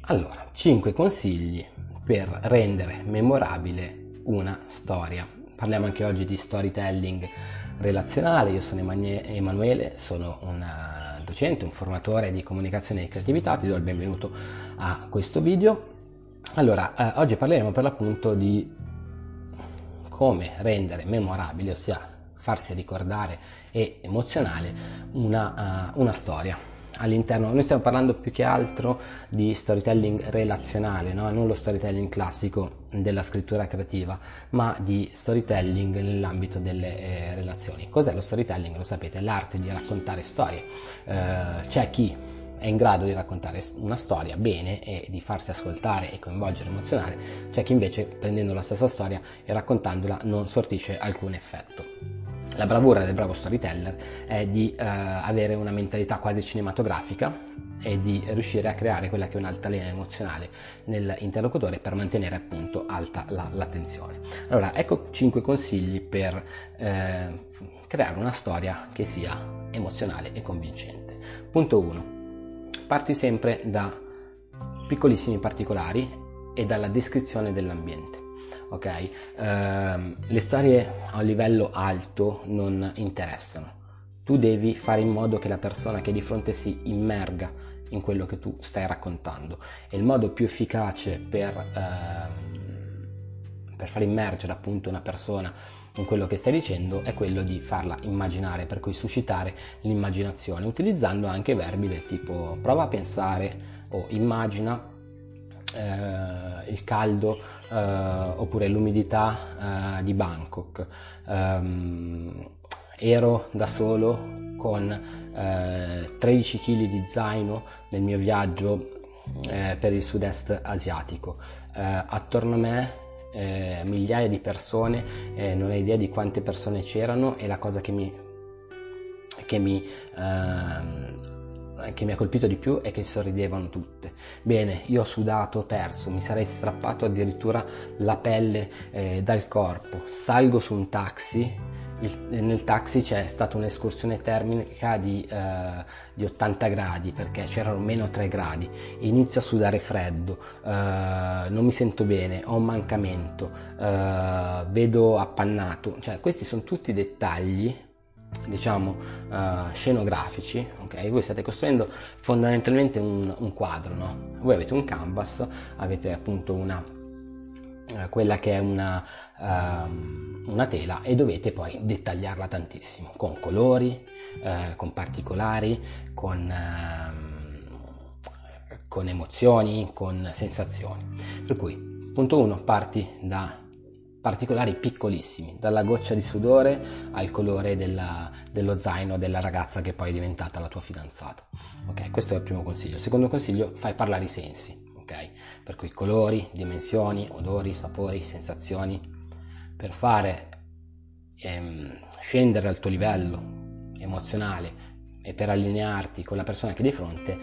Allora, 5 consigli per rendere memorabile una storia. Parliamo anche oggi di storytelling relazionale. Io sono Emanuele, sono un docente, un formatore di comunicazione e creatività. Ti do il benvenuto a questo video. Allora, oggi parleremo per l'appunto di come rendere memorabile, ossia farsi ricordare e emozionale una storia. All'interno, noi stiamo parlando più che altro di storytelling relazionale, no? Non lo storytelling classico della scrittura creativa, ma di storytelling nell'ambito delle relazioni. Cos'è lo storytelling? Lo sapete, è l'arte di raccontare storie. C'è chi è in grado di raccontare una storia bene e di farsi ascoltare e coinvolgere, emozionare, c'è chi invece prendendo la stessa storia e raccontandola non sortisce alcun effetto. La bravura del bravo storyteller è di avere una mentalità quasi cinematografica e di riuscire a creare quella che è un'altalena emozionale nell'interlocutore per mantenere appunto alta l'attenzione. Allora, ecco 5 consigli per creare una storia che sia emozionale e convincente. Punto 1. Parti sempre da piccolissimi particolari e dalla descrizione dell'ambiente. Ok, le storie a un livello alto non interessano. Tu devi fare in modo che la persona che è di fronte si immerga in quello che tu stai raccontando, e il modo più efficace per far immergere appunto una persona in quello che stai dicendo è quello di farla immaginare, per cui suscitare l'immaginazione utilizzando anche verbi del tipo prova a pensare o immagina il caldo oppure l'umidità di Bangkok. Ero da solo con 13 kg di zaino nel mio viaggio per il sud-est asiatico. Attorno a me migliaia di persone, non hai idea di quante persone c'erano, e la cosa che mi ha colpito di più è che sorridevano tutte. Bene, io ho sudato, ho perso, mi sarei strappato addirittura la pelle dal corpo. Salgo su un taxi, nel taxi c'è stata un'escursione termica di 80 gradi perché c'erano meno 3 gradi, inizio a sudare freddo, non mi sento bene, ho un mancamento, vedo appannato. Cioè, questi sono tutti dettagli, diciamo, scenografici, ok? Voi state costruendo fondamentalmente un quadro, no? Voi avete un canvas, avete appunto quella che è una tela, e dovete poi dettagliarla tantissimo con colori, con particolari, con emozioni, con sensazioni. Per cui, punto 1, parti da particolari piccolissimi, dalla goccia di sudore al colore dello zaino della ragazza che poi è diventata la tua fidanzata. Ok, questo è il primo consiglio. Il secondo consiglio: fai parlare i sensi. Ok, per cui colori, dimensioni, odori, sapori, sensazioni, per fare scendere al tuo livello emozionale e per allinearti con la persona che è di fronte,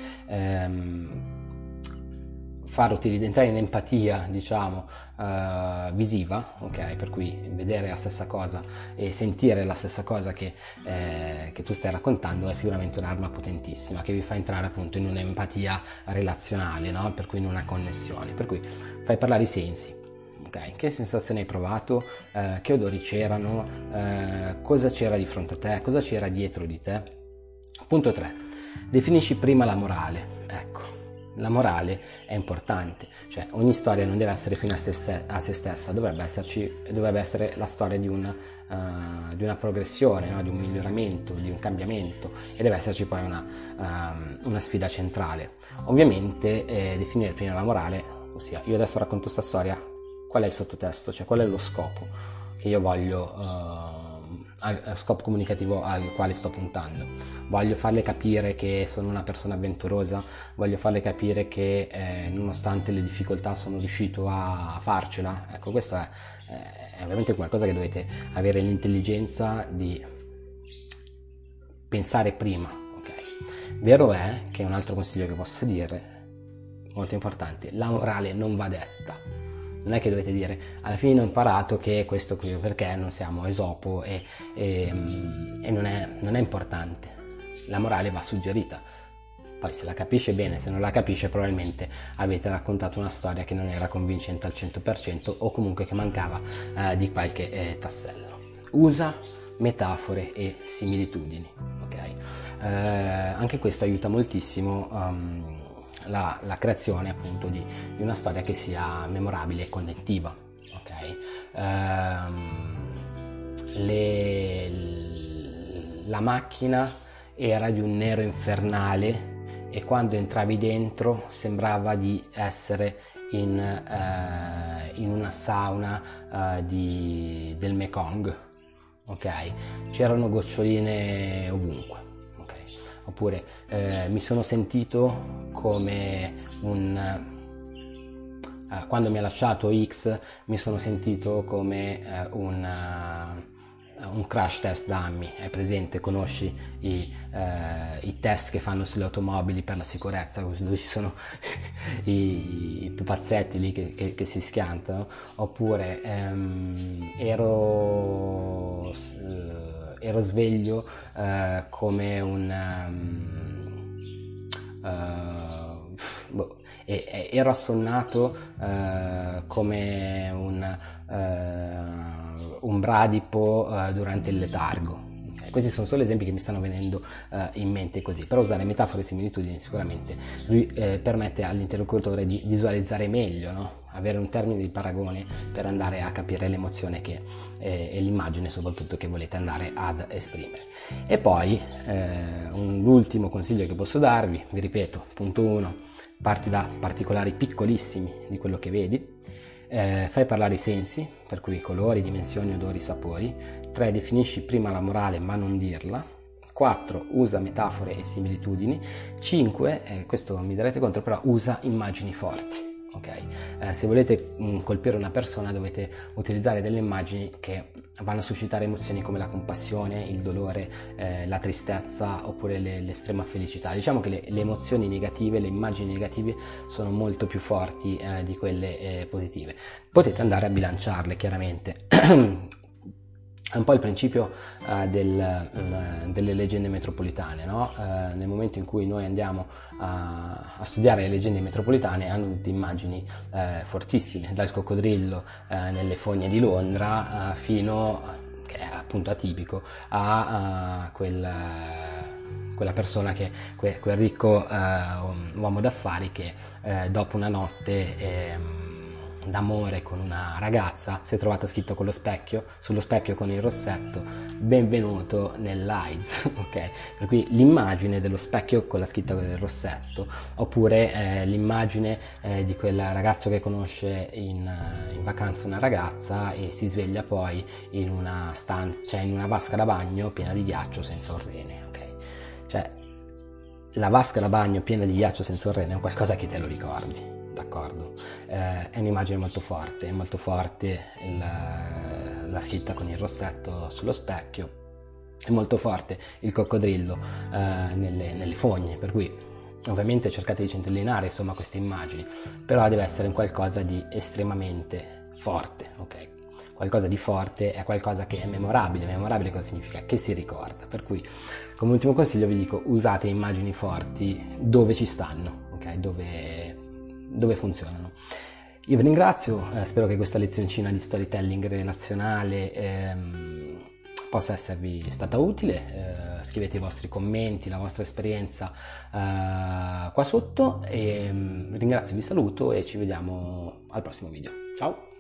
entrare in empatia, diciamo, visiva, ok? Per cui vedere la stessa cosa e sentire la stessa cosa che tu stai raccontando è sicuramente un'arma potentissima che vi fa entrare appunto in un'empatia relazionale, no? Per cui in una connessione. Per cui fai parlare i sensi. Okay. Che sensazioni hai provato, che odori c'erano, cosa c'era di fronte a te, cosa c'era dietro di te. Punto 3. Definisci prima la morale. Ecco, la morale è importante, cioè ogni storia non deve essere fine a se stessa, dovrebbe essere la storia di una progressione, no? Di un miglioramento, di un cambiamento, e deve esserci poi una sfida centrale. Ovviamente definire prima la morale, ossia io adesso racconto questa storia, qual è il sottotesto, cioè qual è lo scopo che io voglio, scopo comunicativo al quale sto puntando. Voglio farle capire che sono una persona avventurosa, voglio farle capire che nonostante le difficoltà sono riuscito a farcela. Ecco, questo è ovviamente qualcosa che dovete avere l'intelligenza di pensare prima, ok? Vero è che un altro consiglio che posso dire, molto importante: la morale non va detta. Non è che dovete dire alla fine ho imparato che questo qui, perché non siamo Esopo e non è importante. La morale va suggerita. Poi se la capisce bene, se non la capisce probabilmente avete raccontato una storia che non era convincente al 100% o comunque che mancava di qualche tassello. Usa metafore e similitudini, ok? Anche questo aiuta moltissimo la creazione appunto di una storia che sia memorabile e connettiva, ok? La macchina era di un nero infernale e quando entravi dentro sembrava di essere in una sauna del Mekong, ok? C'erano goccioline ovunque, ok? Oppure mi sono sentito come quando mi ha lasciato X mi sono sentito come un crash test dummy. Hai presente? Conosci i test che fanno sulle automobili per la sicurezza, dove ci sono i pupazzetti lì che si schiantano? Oppure ero sveglio come ero assonnato come un bradipo durante il letargo. Questi sono solo esempi che mi stanno venendo in mente così, però usare metafore e similitudini sicuramente permette all'interlocutore di visualizzare meglio, no? Avere un termine di paragone per andare a capire l'emozione e l'immagine soprattutto che volete andare ad esprimere. E poi l'ultimo consiglio che posso darvi, vi ripeto, punto 1, parti da particolari piccolissimi di quello che vedi, fai parlare i sensi, per cui colori, dimensioni, odori, sapori. 3, definisci prima la morale ma non dirla. 4, usa metafore e similitudini. 5, questo mi darete conto, però usa immagini forti. Okay. Se volete colpire una persona dovete utilizzare delle immagini che vanno a suscitare emozioni come la compassione, il dolore, la tristezza oppure l'estrema felicità. Diciamo che le emozioni negative, le immagini negative sono molto più forti di quelle positive. Potete andare a bilanciarle chiaramente. È un po' il principio delle leggende metropolitane, no? Nel momento in cui noi andiamo a studiare le leggende metropolitane hanno tutte immagini fortissime, dal coccodrillo nelle fogne di Londra fino, che è appunto atipico, a quella persona quel ricco uomo d'affari che dopo una notte d'amore con una ragazza si è trovata scritto sullo specchio con il rossetto benvenuto nell'AIDS, ok? Per cui l'immagine dello specchio con la scritta del rossetto, oppure l'immagine di quel ragazzo che conosce in vacanza una ragazza e si sveglia poi in una stanza, cioè in una vasca da bagno piena di ghiaccio senza un rene, ok? Cioè la vasca da bagno piena di ghiaccio senza un rene è qualcosa che te lo ricordi. D'accordo, è un'immagine molto forte, la scritta con il rossetto sullo specchio, è molto forte il coccodrillo nelle fogne, per cui ovviamente cercate di centellinare insomma queste immagini, però deve essere un qualcosa di estremamente forte, ok? Qualcosa di forte è qualcosa che è memorabile cosa significa? Che si ricorda, per cui come ultimo consiglio vi dico usate immagini forti dove ci stanno, ok? Dove funzionano. Io vi ringrazio, spero che questa lezioncina di storytelling relazionale possa esservi stata utile. Scrivete i vostri commenti, la vostra esperienza qua sotto e vi ringrazio, vi saluto e ci vediamo al prossimo video. Ciao!